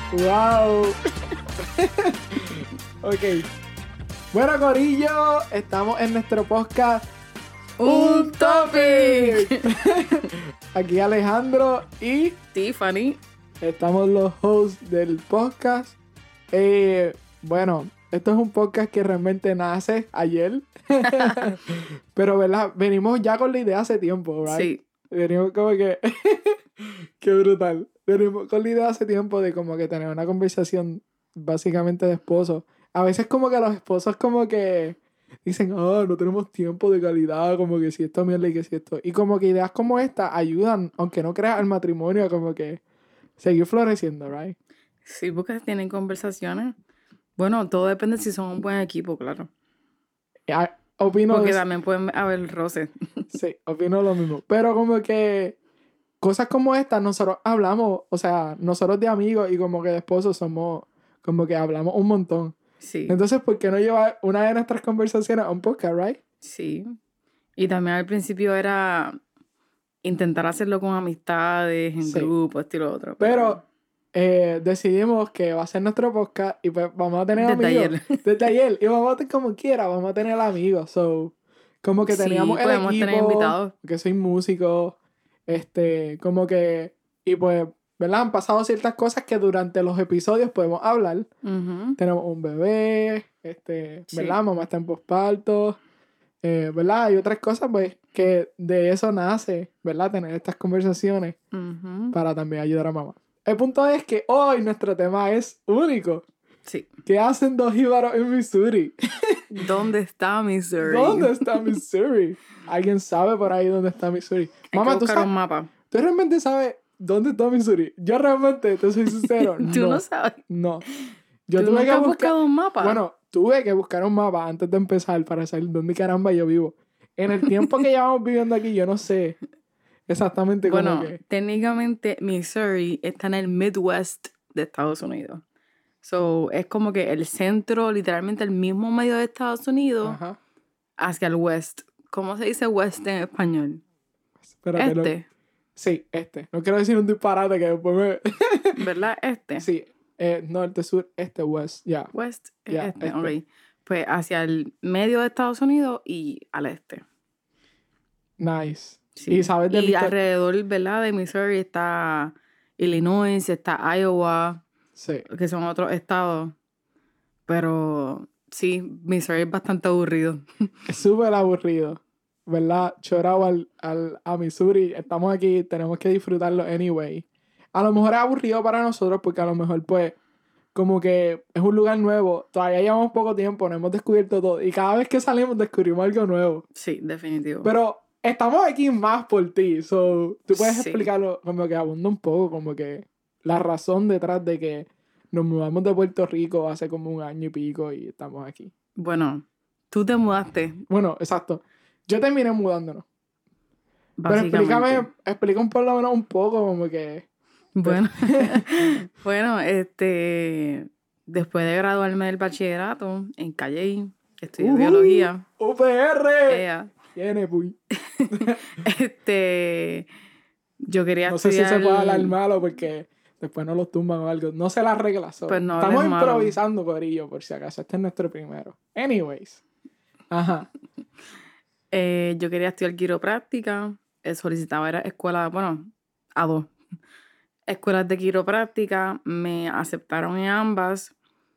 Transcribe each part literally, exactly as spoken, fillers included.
¡Wow! Ok. Bueno, corillo, estamos en nuestro podcast ¡Un Topic! Aquí Alejandro y Tiffany. estamos los hosts del podcast. Eh, bueno, esto es un podcast que realmente nace ayer. Pero, ¿verdad? Venimos ya con la idea hace tiempo, ¿right? Sí. Venimos como que... Qué brutal. Venimos con la idea hace tiempo de como que tener una conversación básicamente de esposos. A veces como que los esposos como que dicen, oh, no tenemos tiempo de calidad, como que si esto mierda y que si esto. Y como que ideas como esta ayudan, aunque no creas, al matrimonio a como que seguir floreciendo, ¿right? Sí, porque tienen conversaciones. Bueno, todo depende si son un buen equipo, claro. Ah, opino Porque de- también pueden haber roces. Sí, opino lo mismo. Pero como que cosas como estas nosotros hablamos, o sea, nosotros de amigos y como que de esposos somos, como que hablamos un montón. Sí, Entonces, ¿por qué no llevar una de nuestras conversaciones a un podcast, right? sí. Y también al principio era intentar hacerlo con amistades, en Sí. grupo, esto y lo otro. Pero eh, decidimos que va a ser nuestro podcast y pues vamos a tener Desde amigos. ayer. Desde ayer. Y vamos a tener como quiera, vamos a tener amigos. So, como que teníamos Sí, el podemos tener equipo, invitados. que soy músico, este, como que, y pues, ¿verdad? Han pasado ciertas cosas que durante los episodios podemos hablar. Ujú. Tenemos un bebé, este, Sí. ¿verdad? Mamá está en posparto, eh, ¿verdad? Y otras cosas, pues, que de eso nace, ¿verdad? Tener estas conversaciones Ujú. para también ayudar a mamá. El punto es que hoy nuestro tema es único. Sí. ¿Qué hacen dos jíbaros en Missouri? ¿Dónde está Missouri? ¿Dónde está Missouri? ¿Alguien sabe por ahí dónde está Missouri? Hay Mamá, que ¿tú, buscar sabes, un mapa. ¿tú realmente sabes dónde está Missouri? Yo realmente, te soy sincero, Tú no. no sabes. No. Yo ¿Tú tuve nunca que has buscar... buscado un mapa? Bueno, tuve que buscar un mapa antes de empezar para saber dónde caramba yo vivo. En el tiempo que llevamos viviendo aquí, yo no sé exactamente cómo Bueno, que... técnicamente Missouri está en el Midwest de Estados Unidos. So, es como que el centro, literalmente el mismo medio de Estados Unidos, Ajá. hacia el west. ¿Cómo se dice west en español? Espérate, no- Este, Sí, este. No quiero decir un disparate que después me... ¿verdad? Este. Sí. Eh, norte, sur, este, west. Ya. West es Ya, este, este. ok. Pues hacia el medio de Estados Unidos y al este. Nice. Sí. Y sabes de Y la historia- alrededor, ¿verdad? De Missouri está Illinois, está Iowa, Sí. que son otros estados. Pero sí, Missouri es bastante aburrido. Es súper aburrido. ¿Verdad? Chorado al, al, a Missouri. Estamos aquí, tenemos que disfrutarlo anyway. A lo mejor es aburrido para nosotros porque a lo mejor, pues, como que es un lugar nuevo. Todavía llevamos poco tiempo, no hemos descubierto todo. Y cada vez que salimos descubrimos algo nuevo. Sí, definitivo. Pero estamos aquí más por ti. So, tú puedes Sí. explicarlo como que abunda un poco, como que la razón detrás de que nos mudamos de Puerto Rico hace como un año y pico y estamos aquí. Bueno, tú te mudaste, Bueno, exacto. Yo terminé mudándonos. Pero básicamente. explícame, explica por lo menos un poco como que... Bueno, bueno, este, después de graduarme del bachillerato en Calley, estudié Ujú. biología. U P R. Ea, Tiene, puy. este, yo quería No sé si estudiar. se puede hablar malo porque después no los tumban o algo. No sé las reglas. so. Pues no Estamos hables malo. improvisando, corillo, por si acaso. Este es nuestro primero. Anyways. Ajá. Eh, yo quería estudiar quiropráctica. Eh, solicitaba era escuela, bueno, a dos escuelas de quiropráctica. Me aceptaron en ambas.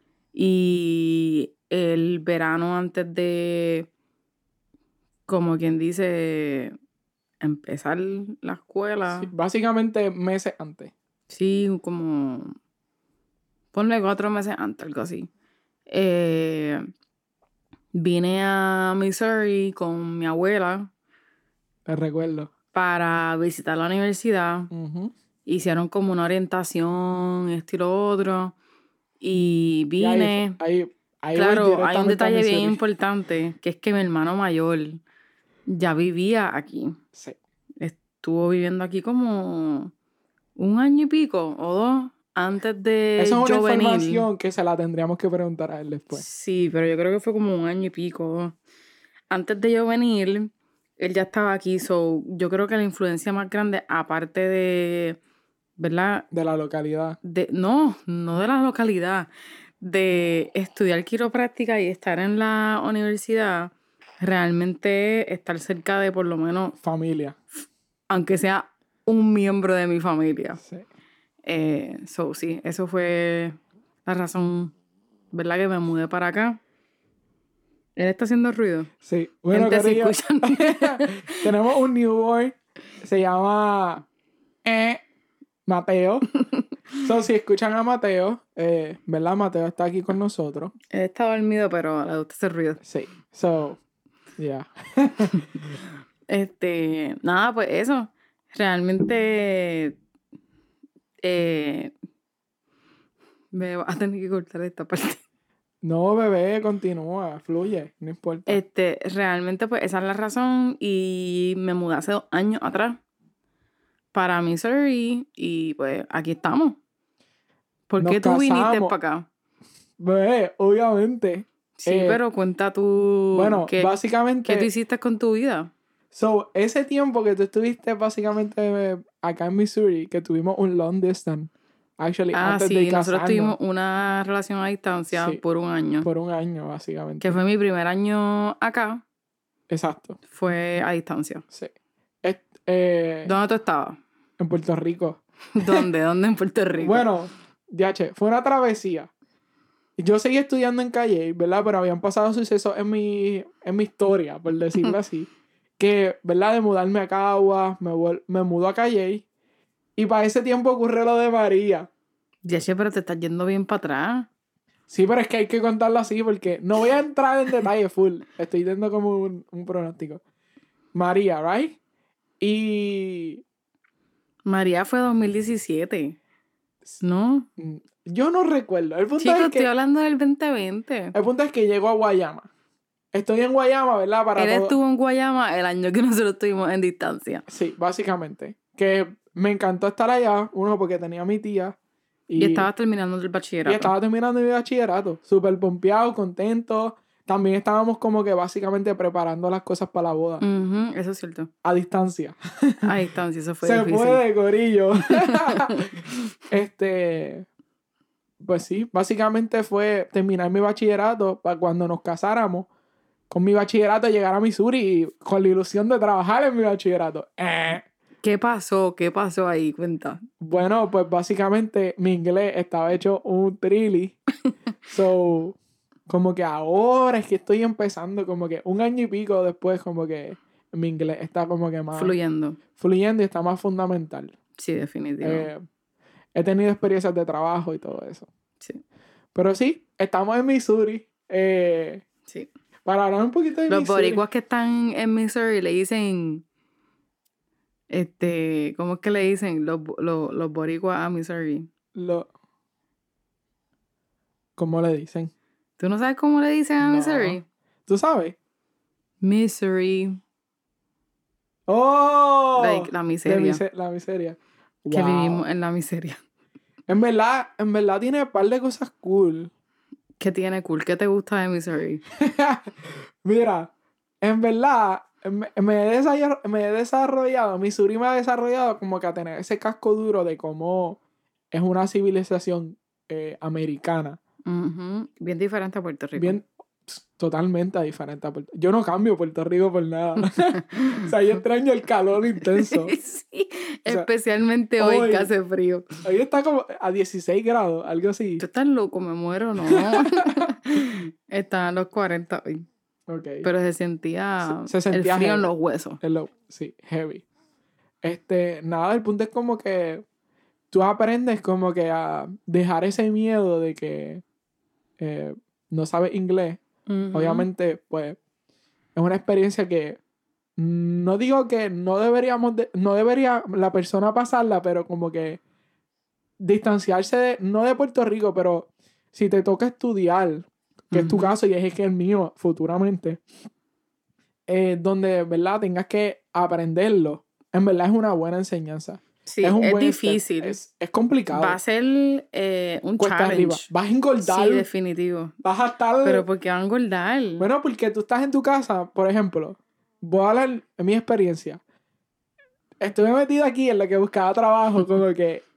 Y el verano antes de, como quien dice, empezar la escuela. Sí, básicamente meses antes. Sí, como, ponle cuatro meses antes, algo así. Eh, vine a Missouri con mi abuela Te recuerdo. para visitar la universidad. Ujú. Hicieron como una orientación, esto y lo otro. Y Y ahí, vine. ahí, ahí voy Claro, hay un directamente a detalle bien Missouri. importante, que es que mi hermano mayor ya vivía aquí. Sí. Estuvo viviendo aquí como un año y pico o dos antes de Esa es una yo venir. información que se la tendríamos que preguntar a él después. Sí, pero yo creo que fue como un año y pico. Antes de yo venir, él ya estaba aquí. So, yo creo que la influencia más grande, aparte de, ¿verdad? De la localidad. De, no, no de la localidad. De estudiar quiropráctica y estar en la universidad, realmente estar cerca de por lo menos, Familia. aunque sea un miembro de mi familia. Sí. Eh, so, sí, eso fue la razón, ¿verdad? Que me mudé para acá. Él está haciendo ruido. Sí. Bueno, Gente, si corillo, escuchan. tenemos un newborn. Se llama eh, Mateo. So, si escuchan a Mateo, eh, ¿verdad? Mateo está aquí con nosotros. Él está dormido, pero le gusta ese ruido. Sí. So, yeah. Este, nada, pues eso. Realmente eh, me va a tener que cortar esta parte. No, bebé, continúa, fluye, no importa. Este, realmente, pues esa es la razón. Y me mudé hace dos años atrás para Missouri. Y pues aquí estamos. ¿Por Nos qué tú viniste casamos. para acá? Bebé, obviamente. Sí, eh, pero cuenta tú. Bueno, ¿qué, básicamente. ¿Qué tú hiciste con tu vida? So, ese tiempo que tú estuviste básicamente eh, acá en Missouri, que tuvimos un long distance, actually, Ah, antes sí, de nosotros casarnos, tuvimos una relación a distancia Sí. por un año. por un año, básicamente. Que fue mi primer año acá. Exacto, Fue a distancia. sí. Es- eh, ¿Dónde tú estabas? en Puerto Rico. ¿Dónde? ¿Dónde en Puerto Rico? Bueno, ya che, fue una travesía. Yo seguí estudiando en Calle, ¿verdad? Pero habían pasado sucesos en mi, en mi historia, por decirlo así. Que, ¿verdad? De mudarme a Caguas, me, vuel- me mudo a Calle. Y para ese tiempo ocurre lo de María. Ya sé, pero te estás yendo bien para atrás. Sí, pero es que hay que contarlo así porque no voy a entrar en detalle full. Estoy dando como un, un pronóstico. María, ¿right? Y María fue dos mil diecisiete. ¿No? mm, yo no recuerdo. El punto, Chicos, es estoy que, hablando del veinte veinte. el punto es que llego a Guayama. Estoy en Guayama, ¿verdad? Para Él todo- estuvo en Guayama el año que nosotros estuvimos en distancia. Sí, básicamente. Que me encantó estar allá. Uno, porque tenía a mi tía. Y, estabas terminando el bachillerato. Y estaba terminando mi bachillerato. Súper pompeado, contento. También estábamos como que básicamente preparando las cosas para la boda. Ujú, eso es cierto. A distancia. A distancia, eso fue Se difícil. puede, corillo. este... Pues sí, básicamente fue terminar mi bachillerato para cuando nos casáramos. Con mi bachillerato llegar a Missouri y con la ilusión de trabajar en mi bachillerato. Eh. ¿Qué pasó? ¿Qué pasó ahí? Cuenta. Bueno, pues básicamente mi inglés estaba hecho un trilly. So, como que ahora es que estoy empezando, como que un año y pico después, como que mi inglés está como que más Fluyendo. fluyendo y está más fundamental. Sí, definitivo. Eh, he tenido experiencias de trabajo y todo eso. Sí. Pero sí, estamos en Missouri. Eh, Sí. para hablar un poquito de Los Missouri. boricuas que están en Missouri le dicen, este, ¿cómo es que le dicen los, los, los boricuas a Missouri? Lo, ¿Cómo le dicen? ¿Tú no sabes cómo le dicen a No. Missouri? ¿Tú sabes? Missouri. ¡Oh! Like, la De miseria. mise- la miseria. Que Wow. vivimos en la miseria. En verdad, en verdad tiene un par de cosas cool. ¿Qué tiene cool? ¿Qué te gusta de Missouri? Mira, en verdad, me, me he desarrollado, me he desarrollado, Missouri me ha desarrollado como que a tener ese casco duro de cómo es una civilización eh, americana. Ujú. Bien diferente a Puerto Rico. Bien, pss, totalmente diferente a Puerto Yo no cambio Puerto Rico por nada. O sea, yo extraño el calor intenso. Sí, sea, especialmente hoy, hoy- que hace frío. Hoy está como a dieciséis grados, algo así. Tú estás loco, me muero, ¿no? Están a los cuarenta hoy. Ok. Pero se sentía, Se- se sentía el frío en heavy. los huesos. Hello. Sí, heavy. Este, nada, el punto es como que tú aprendes como que a dejar ese miedo de que eh, no sabes inglés. Ujú. Obviamente, pues, es una experiencia que no digo que no deberíamos, de- no debería la persona pasarla, pero como que distanciarse de, no de Puerto Rico, pero si te toca estudiar, que es tu Ujú. caso y es que el mío futuramente, eh, donde, ¿verdad? Tengas que aprenderlo, en verdad es una buena enseñanza. Sí, es es, un buen difícil. step. Es, es complicado. Va a ser eh, un Cuesta challenge. arriba. Vas a engordar. Sí, definitivo. Vas a estar... Pero ¿por qué va a engordar? Bueno, porque tú estás en tu casa, por ejemplo, voy a hablar de mi experiencia. Estuve metida aquí en lo que buscaba trabajo, como que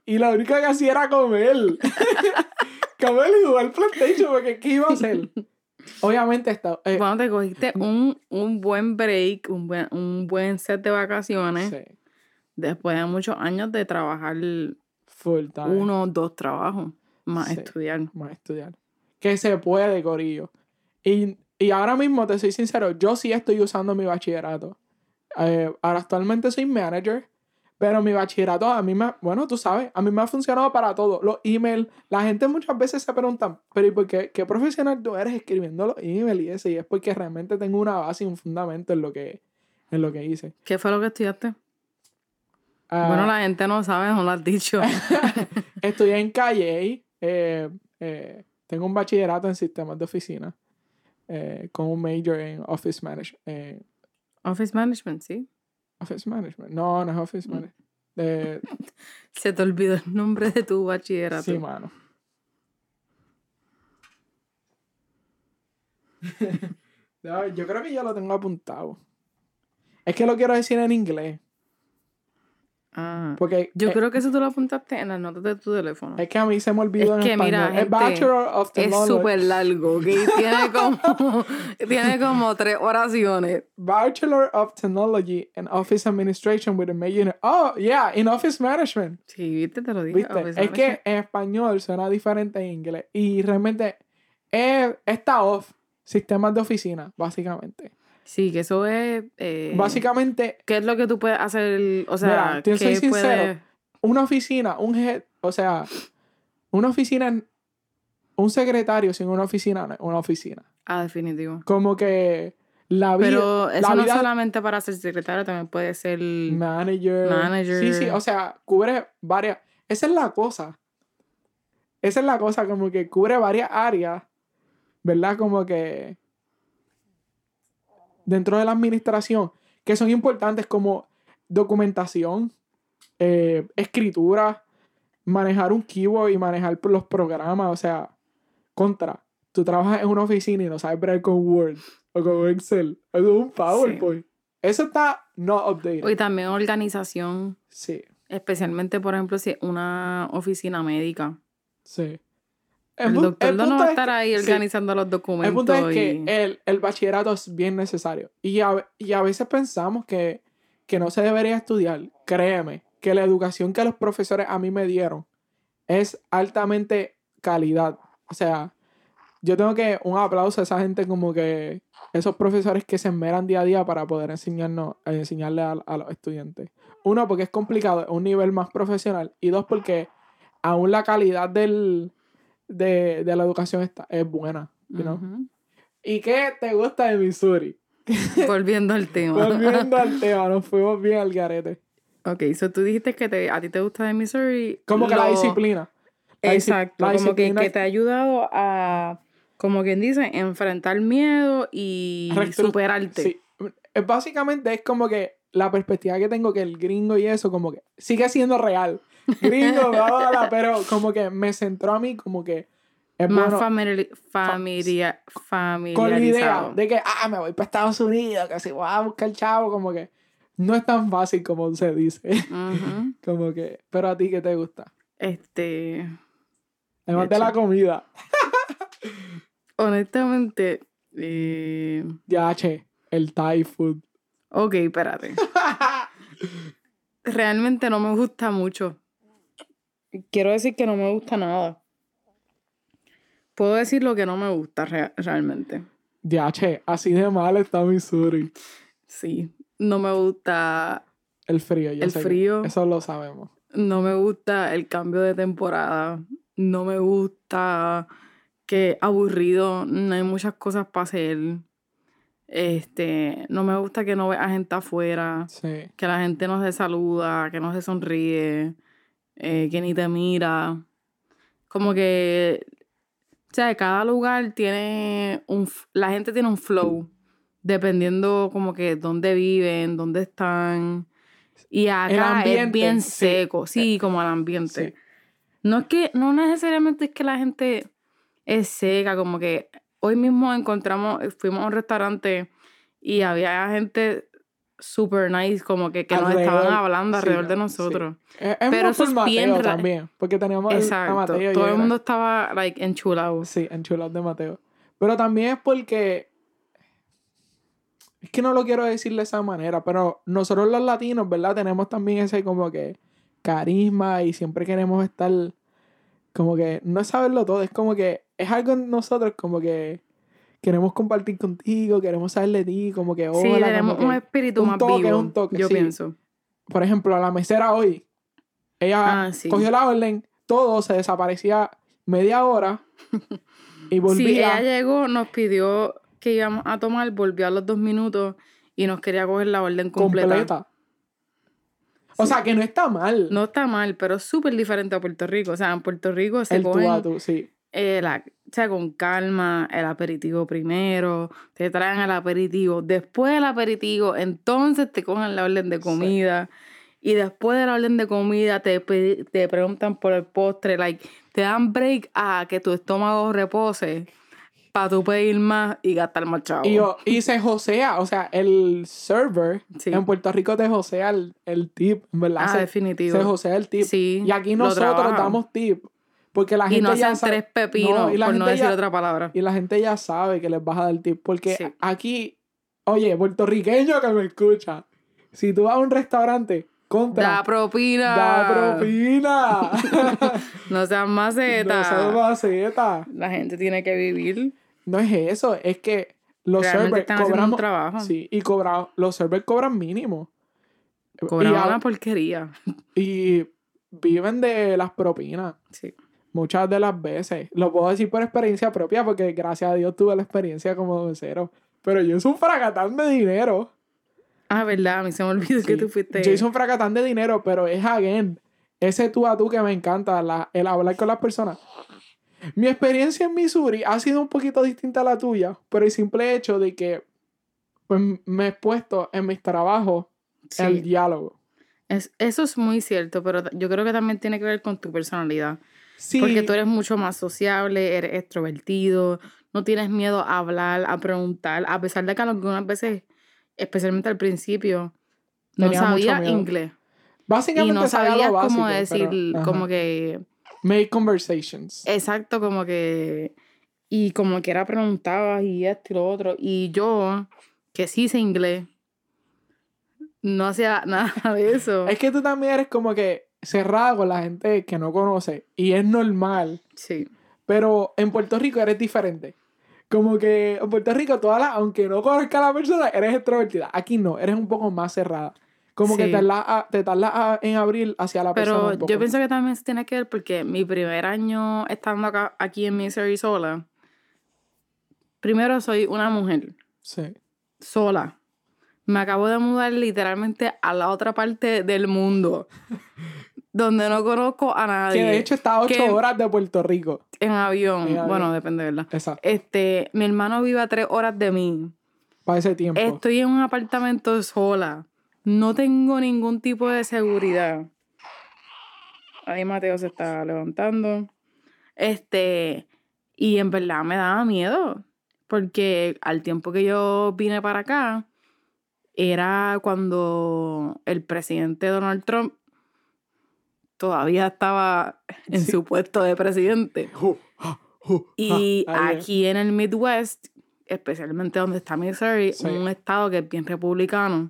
y la única que hacía era comer. Comer y jugar PlayStation, porque ¿qué iba a hacer? Obviamente está... Eh, Cuando te cogiste un, un buen break, un buen, un buen set de vacaciones, sí. después de muchos años de trabajar Full time. uno o dos trabajos, más Sí, estudiar. Más estudiar. Que se puede, corillo. Y, y ahora mismo, te soy sincero, yo sí estoy usando mi bachillerato. Eh, ahora actualmente soy manager, pero mi bachillerato a mí me... Bueno, tú sabes, a mí me ha funcionado para todo. Los emails, la gente muchas veces se pregunta, pero ¿y por qué, qué profesional tú eres escribiendo los emails y eso? Y es porque realmente tengo una base y un fundamento en lo que, en lo que hice. ¿Qué fue lo que estudiaste? Uh, bueno, la gente no sabe, no lo has dicho. Estudié en Calle, eh, eh, tengo un bachillerato en sistemas de oficina, eh, con un major en Office Management. Eh, Office Management, ¿sí? Office Management. No, no es Office Management. Eh, Se te olvidó el nombre de tu bachillerato. sí, mano. No, yo creo que ya lo tengo apuntado. Es que lo quiero decir en inglés. Ah, Porque yo eh, creo que eso tú lo apuntaste en las notas de tu teléfono. es que a mí se me olvidó es en que, español. mira, Es gente, Bachelor of es Technology. súper largo, ¿ok? Tiene como, tiene como tres oraciones. Bachelor of Technology and Office Administration with a major in... Oh, yeah, in Office Management. Sí, viste, te lo dije. ¿Viste? Office Es Management. que en español suena diferente en inglés. Y realmente es, está off. Sistemas de oficina, básicamente. Sí, que eso es... Eh, Básicamente... ¿Qué es lo que tú puedes hacer? O sea, Mira, te soy ¿qué sincero. puedes...? Una oficina, un head... O sea, una oficina... Un secretario sin una oficina no es una oficina. Ah, definitivo. Como que la vida... Pero eso la no vida, es solamente para ser secretario, también puede ser... Manager. Manager. Sí, sí, o sea, cubre varias... Esa es la cosa. Esa es la cosa, como que cubre varias áreas, ¿verdad? Como que dentro de la administración, que son importantes como documentación, eh, escritura, manejar un keyboard y manejar los programas, o sea, contra. Tú trabajas en una oficina y no sabes bregar con Word o con Excel o con un PowerPoint. Sí. Eso está no updated. Y también organización. Sí. Especialmente, por ejemplo, si es una oficina médica. Sí. El, el doctor el no va a estar que, ahí organizando sí, los documentos. El punto es y... que el, el bachillerato es bien necesario. Y a, y a veces pensamos que, que no se debería estudiar. Créeme, que la educación que los profesores a mí me dieron es altamente calidad. O sea, yo tengo que un aplauso a esa gente, como que esos profesores que se esmeran día a día para poder enseñarnos, enseñarle a, a los estudiantes. Uno, porque es complicado, es un nivel más profesional. Y dos, porque aún la calidad del... De, de la educación está, es buena, you know? Uh-huh. ¿Y qué te gusta de Missouri? Volviendo al tema. Volviendo al tema, nos fuimos bien al garete. Ok, so tú dijiste que te, a ti te gusta de Missouri. Como que lo... la disciplina. La Exacto, la como disciplina... que, que te ha ayudado a, como quien dice, enfrentar miedo y Restru... superarte. Sí, básicamente es como que la perspectiva que tengo, que el gringo y eso, como que sigue siendo real. Gringo, bla, bla, bla, pero como que me centró a mí como que es más bueno, familiar, familia, familiarizado. Con la idea de que, ah, me voy para Estados Unidos, que si voy a buscar chavo, como que no es tan fácil como se dice. Uh-huh. Como que, pero a ti, ¿qué te gusta? Este... Además de la comida. Honestamente, eh... ya, che, el Thai food. Ok, espérate. Realmente no me gusta mucho. Quiero decir que no me gusta nada. Puedo decir lo que no me gusta re- realmente. Ya, che, así de mal está Missouri. Sí, no me gusta... El frío, yo el sé frío. Que eso lo sabemos. No me gusta el cambio de temporada. No me gusta que aburrido, no hay muchas cosas para hacer. Este, no me gusta que no veas gente afuera. Sí. Que la gente no se saluda, que no se sonríe. Eh, que ni te mira. Como que, o sea, cada lugar tiene un, la gente tiene un flow, dependiendo como que dónde viven, dónde están. Y acá ambiente, es bien seco, sí, sí como el ambiente. Sí. No es que, no necesariamente es que la gente es seca, como que hoy mismo encontramos, fuimos a un restaurante y había gente super nice, como que, que nos Alrededor, estaban hablando sí, alrededor de sí. nosotros. Es, es Pero más eso por es Mateo bien ra- también, porque teníamos el- a Exacto. Mateo y Todo el era- mundo estaba, like, enchulado. Sí, enchulados de Mateo. Pero también es porque... Es que no lo quiero decir de esa manera, pero nosotros los latinos, ¿verdad? Tenemos también ese como que carisma y siempre queremos estar como que... No es saberlo todo, es como que... Es algo en nosotros como que... Queremos compartir contigo, queremos saber de ti, como que Sí, hola, tenemos como un que... espíritu Un más toque, vivo, un toque, yo sí. pienso. Por ejemplo, a la mesera hoy, ella Ah, sí. cogió la orden, todo se desaparecía media hora y Sí, volvía. ella llegó, nos pidió que íbamos a tomar, volvió a los dos minutos y nos quería coger la orden completa. completa. O Sí. sea, que no está mal. No está mal, pero es súper diferente a Puerto Rico. O sea, en Puerto Rico se el tú cogen a tú, sí. eh, la- o sea, con calma, el aperitivo primero, te traen el aperitivo, después del aperitivo, entonces te cogen la orden de comida. Y después de la orden de comida te, pe- te preguntan por el postre, like, te dan break a que tu estómago repose para tú pedir más y gastar más chavo. Y, yo- y se josea, o sea, el server Sí. en Puerto Rico te josea el, el tip, ¿verdad? Ah, se, definitivo. Se josea el tip. Sí, Y aquí lo nosotros trabajan. damos tip. Porque la Y gente no ya hacen sabe. tres pepinos, y la por no gente decir ya- otra palabra. Y la gente ya sabe que les vas a dar tip. Porque Sí. aquí, oye, puertorriqueño que me escucha, si tú vas a un restaurante, contra. Da propina. ¡Da propina! No seas maceta. No seas maceta. La gente tiene que vivir. No es eso, es que los Realmente servers están haciendo cobramos. un trabajo. Sí, y cobra, los servers cobran mínimo. Cobran y, a- una porquería. y viven de las propinas. Sí. Muchas de las veces. Lo puedo decir por experiencia propia porque gracias a Dios tuve la experiencia como mesero. Pero yo hice un fracatán de dinero. Ah, verdad, a mí se me olvidó Sí, que tú fuiste. Yo hice un fracatán de dinero, pero es again. Ese tú a tú que me encanta, la- el hablar con las personas. Mi experiencia en Missouri ha sido un poquito distinta a la tuya, por el simple hecho de que pues, me he puesto en mis trabajos Sí. el diálogo. Es, eso es muy cierto, pero yo creo que también tiene que ver con tu personalidad. Sí, Porque tú eres mucho más sociable, eres extrovertido, no tienes miedo a hablar, a preguntar, a pesar de que algunas veces, especialmente al principio, no Tenía mucho sabía miedo. inglés. básicamente Y no sabía sabías lo básico, cómo decir, pero, ajá. como que, Make conversations. exacto, como que, y como que era preguntabas y esto y lo otro. Y yo, que sí sé inglés, no hacía nada de eso. Es que tú también eres como que cerrada con la gente que no conoce. Y es normal. Sí. Pero en Puerto Rico eres diferente. Como que en Puerto Rico, todas las, aunque no conozcas a la persona, eres extrovertida. Aquí no, eres un poco más cerrada. Como que Sí. te tardas a- te tardas a- en abrir hacia la persona Pero un poco. yo pienso que también se tiene que ver porque mi primer año estando acá, aquí en Missouri sola, primero soy una mujer Sí. sola. Me acabo de mudar literalmente a la otra parte del mundo, donde no conozco a nadie. Que de hecho está a ocho Que- horas de Puerto Rico. En avión, En avión. bueno, depende, ¿verdad? Exacto. Este, mi hermano vive a tres horas de mí. Para ese tiempo. Estoy en un apartamento sola. No tengo ningún tipo de seguridad. Ahí Mateo se está levantando. Este, y en verdad me daba miedo. Porque al tiempo que yo vine para acá, era cuando el presidente Donald Trump todavía estaba en Sí. su puesto de presidente. Uh, ah, uh, Y ah, ahí es. aquí en el Midwest, especialmente donde está Missouri, Sí. un estado que es bien republicano,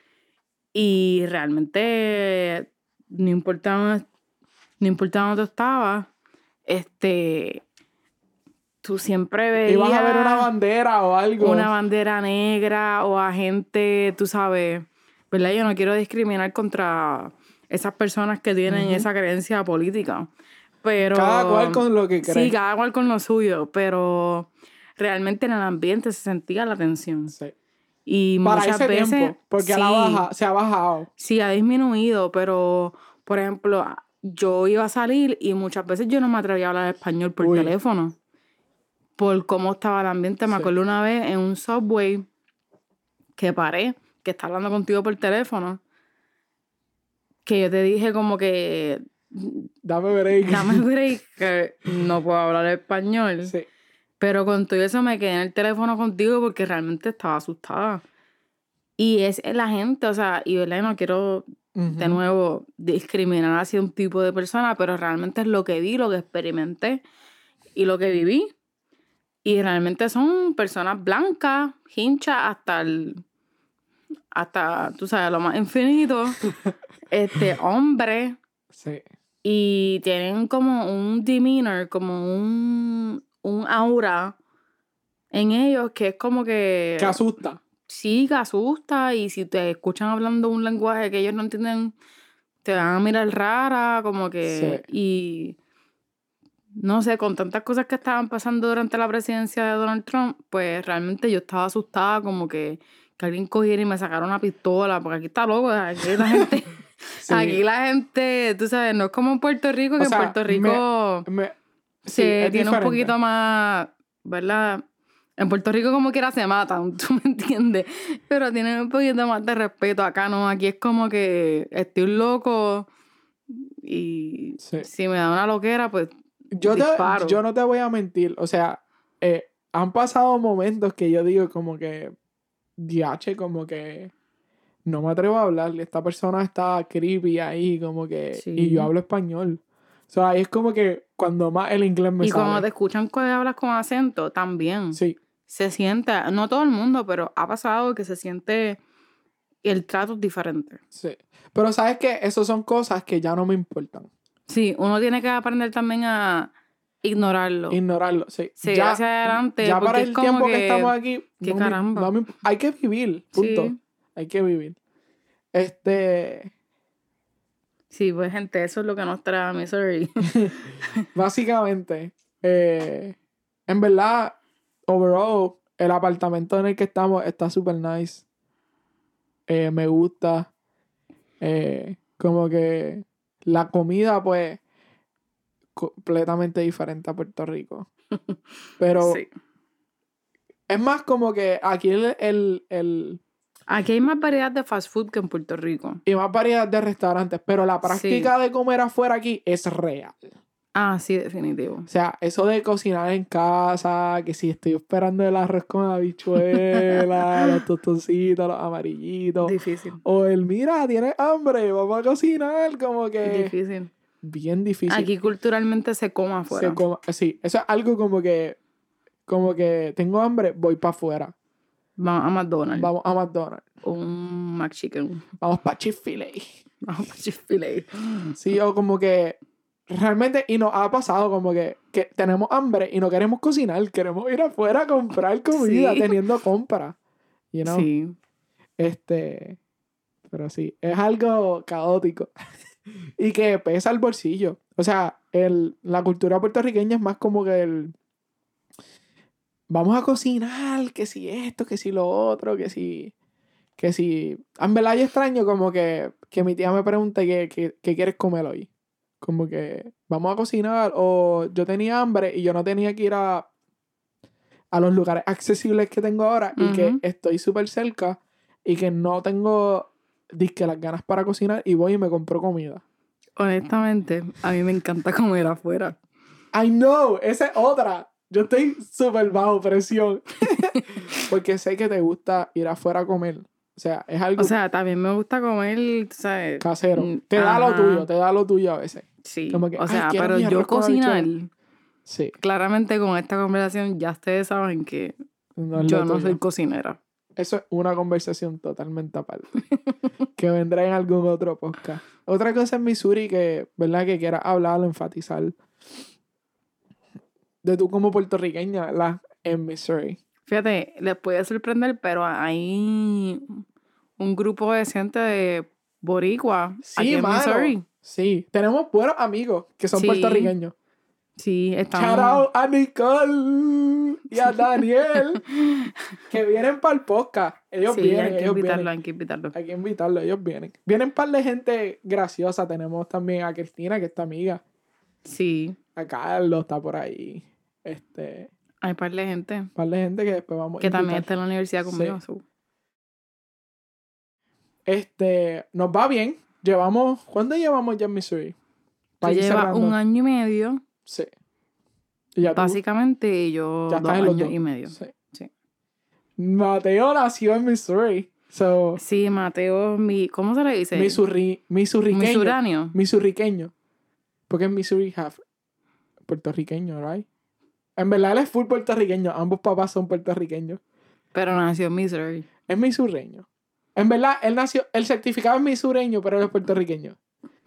y realmente no importaba, no importaba dónde tú estabas, este, tú siempre veías Ibas a ver una bandera o algo. una bandera negra o a gente, tú sabes, ¿verdad? Yo no quiero discriminar contra esas personas que tienen Ujú. esa creencia política, pero... Cada cual con lo que cree. Sí, cada cual con lo suyo, pero realmente en el ambiente se sentía la tensión. Sí. Y Para muchas ese veces... tiempo. Porque sí, a la baja, se ha bajado. sí, ha disminuido, pero, por ejemplo, yo iba a salir y muchas veces yo no me atrevía a hablar español por Uy. teléfono. Por cómo estaba el ambiente. Me Sí. acuerdo una vez en un subway que paré, que está hablando contigo por teléfono, que yo te dije como que Dame break. dame break, que no puedo hablar español. Sí. Pero con todo eso me quedé en el teléfono contigo porque realmente estaba asustada. Y es la gente, o sea, y verdad, no quiero Ujú. de nuevo discriminar hacia un tipo de persona, pero realmente es lo que vi, lo que experimenté y lo que viví. Y realmente son personas blancas, hinchas hasta el, hasta, tú sabes, lo más infinito, este, hombres, Sí. y tienen como un demeanor, como un, un aura en ellos que es como que... Que asusta. Sí, que asusta, y si te escuchan hablando un lenguaje que ellos no entienden, te van a mirar rara, como que... Sí. Y no sé, con tantas cosas que estaban pasando durante la presidencia de Donald Trump, pues realmente yo estaba asustada, como que, que alguien cogiera y me sacara una pistola, porque aquí está loco, aquí la gente... Sí. Aquí la gente, tú sabes, no es como en Puerto Rico, O que en sea, Puerto me, Rico me, sí, se es tiene un diferente. poquito más, ¿verdad? En Puerto Rico como quiera se matan, ¿tú me entiendes? Pero tienen un poquito más de respeto. Acá no, aquí es como que estoy loco y Sí. si me da una loquera, pues Yo, te, disparo. yo no te voy a mentir. O sea, eh, han pasado momentos que yo digo como que, diache, como que no me atrevo a hablarle. Esta persona está creepy ahí, como que, Sí. y yo hablo español. O sea, ahí es como que cuando más el inglés me Y sale. cuando te escuchan que hablas con acento, también. Sí. Se siente, no todo el mundo, pero ha pasado que se siente el trato es diferente. Sí. Pero sabes que esas son cosas que ya no me importan. Sí, uno tiene que aprender también a ignorarlo. Ignorarlo, sí. Seguir Ya, hacia adelante, ya porque para es el como tiempo que, que... estamos aquí, ¡Qué no me- caramba! no me- hay que vivir, punto. Sí. Hay que vivir. Este, Sí, pues gente, eso es lo que nos trae a Missouri. básicamente, eh, en verdad, overall, el apartamento en el que estamos está super nice. Eh, me gusta. Eh, como que la comida, pues, completamente diferente a Puerto Rico. Pero Sí. es más como que aquí el, el, el Aquí hay más variedad de fast food que en Puerto Rico. y más variedad de restaurantes, pero la práctica Sí. de comer afuera aquí es real. Ah, sí, definitivo. O sea, eso de cocinar en casa, que si estoy esperando el arroz con habichuela, los tostoncitos, los amarillitos, Difícil. o el mira, tienes hambre, vamos a cocinar, como que Difícil. bien difícil. Aquí culturalmente se come afuera. Se coma- sí, eso es algo como que, como que tengo hambre, voy para afuera. Vamos a McDonald's. Vamos a McDonald's. Un McChicken. Vamos para Chick-fil-A. Vamos para Chick-fil-A. Sí, o como que realmente, y nos ha pasado como que, que tenemos hambre y no queremos cocinar, queremos ir afuera a comprar comida, Sí. teniendo compra. You know? Sí. Este, pero sí, es algo caótico. Y que pesa el bolsillo. O sea, el, la cultura puertorriqueña es más como que el... Vamos a cocinar, que si esto, que si lo otro, que si... Que si... En verdad yo extraño como que, que mi tía me pregunte qué, qué, qué quieres comer hoy. Como que vamos a cocinar o yo tenía hambre y yo no tenía que ir a, a los lugares accesibles que tengo ahora y que Ujú. estoy súper cerca y que no tengo disque las ganas para cocinar y voy y me compro comida. Honestamente, a mí me encanta comer afuera. I know, esa es otra. Yo estoy súper bajo presión. Porque sé que te gusta ir afuera a comer. O sea, es algo O sea, también me gusta comer, ¿sabes? casero. Mm, Te da lo ajá. tuyo, te da lo tuyo a veces. Sí. Como que, o "Ay, sea, quiero pero mi yo arroz con cocinar, habichuela". Sí, claramente con esta conversación ya ustedes saben que no es yo lo no tuyo. soy cocinera. Eso es una conversación totalmente aparte. Que vendrá en algún otro podcast. Otra cosa en Missouri que, ¿verdad? Que quieras hablar o enfatizar. De tú como puertorriqueña, ¿verdad? En Missouri. Fíjate, les puede sorprender, pero hay un grupo de gente de boricua aquí Sí, en mano. Missouri. Sí, tenemos buenos amigos que son Sí. puertorriqueños. Sí, Shout estamos... out a Nicole y a Daniel que vienen para el podcast. Ellos Sí, vienen, hay que ellos invitarlo, vienen. hay que invitarlo. Hay que invitarlos, ellos vienen. Vienen un par de gente graciosa. Tenemos también a Cristina, que es tu amiga. Sí, A Carlos está por ahí. Este, hay un par de gente un par de gente que después vamos a que invitar. también está en la universidad conmigo. Sí. so. Este, nos va bien. Llevamos, ¿cuánto llevamos ya en Missouri? Tú Para ir llevas cerrando. un año y medio, Sí. Y ya tú básicamente, y yo ya dos estás en los años dos. y medio. Sí. Sí. Mateo nació en Missouri. So, Sí, Mateo, mi, ¿cómo se le dice? Missouri, misurriqueño. Misuráneo. Misurriqueño. Porque es Missouri half puertorriqueño, right? En verdad él es full puertorriqueño. Ambos papás son puertorriqueños. Pero nació en Missouri. Es misurreño. En verdad, él nació... El certificado es misureño, pero él es puertorriqueño.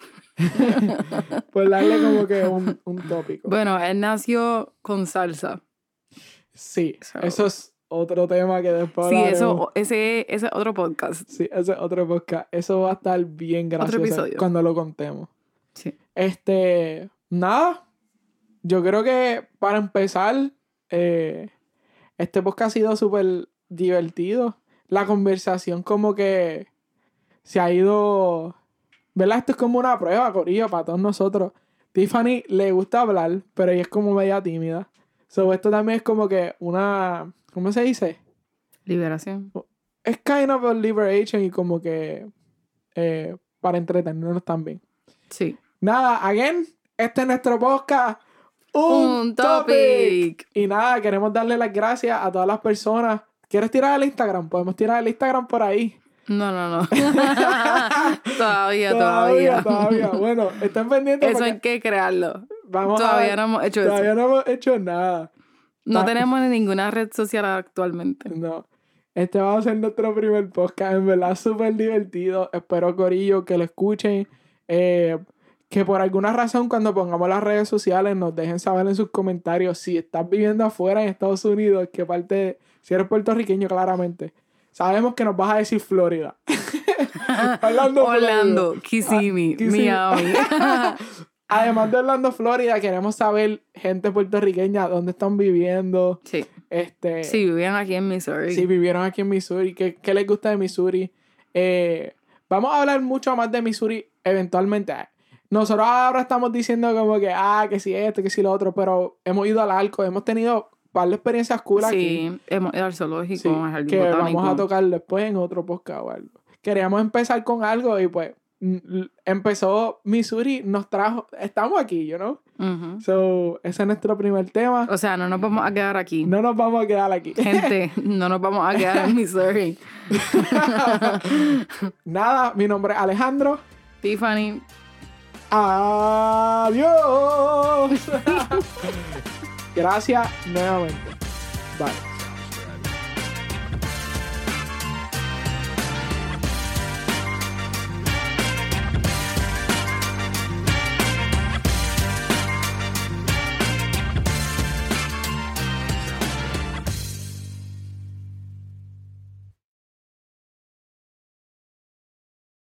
Por darle como que un, un tópico. Bueno, él nació con salsa. Sí, So- eso es otro tema que después Sí, hablaremos. eso, ese, ese es otro podcast. Sí, ese es otro podcast. Eso va a estar bien gracioso episodio. cuando lo contemos. Sí. Este, nada. Yo creo que para empezar, eh, este podcast ha sido súper divertido. La conversación como que se ha ido... ¿Verdad? Esto es como una prueba, corillo, para todos nosotros. Tiffany le gusta hablar, pero ella es como media tímida. So, esto también es como que una... ¿Cómo se dice? Liberación. Es kind of a liberation y como que... Eh, para entretenernos también. Sí. Nada, again, este es nuestro podcast. Un, Un topic. topic. Y nada, queremos darle las gracias a todas las personas. ¿Quieres tirar el Instagram? Podemos tirar el Instagram por ahí. No, no, no. todavía, Todavía, todavía. todavía. Bueno, estén pendientes Eso porque hay que crearlo. vamos Todavía a... no hemos hecho Todavía eso. no hemos hecho nada. No Ta- tenemos ninguna red social actualmente. No. Este va a ser nuestro primer podcast. En verdad, súper divertido. Espero, corillo, que lo escuchen. Eh, que por alguna razón, cuando pongamos las redes sociales, nos dejen saber en sus comentarios si estás viviendo afuera en Estados Unidos, qué parte... Si eres puertorriqueño, claramente. Sabemos que nos vas a decir Florida. Orlando, Orlando, Florida. Kissimmee, Ah, Kissimmee. Miami. Además de Orlando, Florida, queremos saber, gente puertorriqueña, dónde están viviendo. Sí. Este, Sí, vivían aquí en Missouri. si vivieron aquí en Missouri, ¿qué, qué les gusta de Missouri? Eh, vamos a hablar mucho más de Missouri eventualmente. Nosotros ahora estamos diciendo como que, ah, que si esto, que si lo otro, pero hemos ido al Arco, hemos tenido un par de experiencias cool aquí. Sí, hemos ido al zoológico, Sí, al jardín que botánico. vamos a tocar después en otro podcast o algo. Queríamos empezar con algo y pues mm, l- empezó Missouri, nos trajo, estamos aquí, you know? Ujú. So, ese es nuestro primer tema. O sea, no nos vamos a quedar aquí. No nos vamos a quedar aquí. Gente, no nos vamos a quedar en Missouri. Nada, mi nombre es Alejandro. Tiffany, Adiós. Gracias nuevamente. Bye.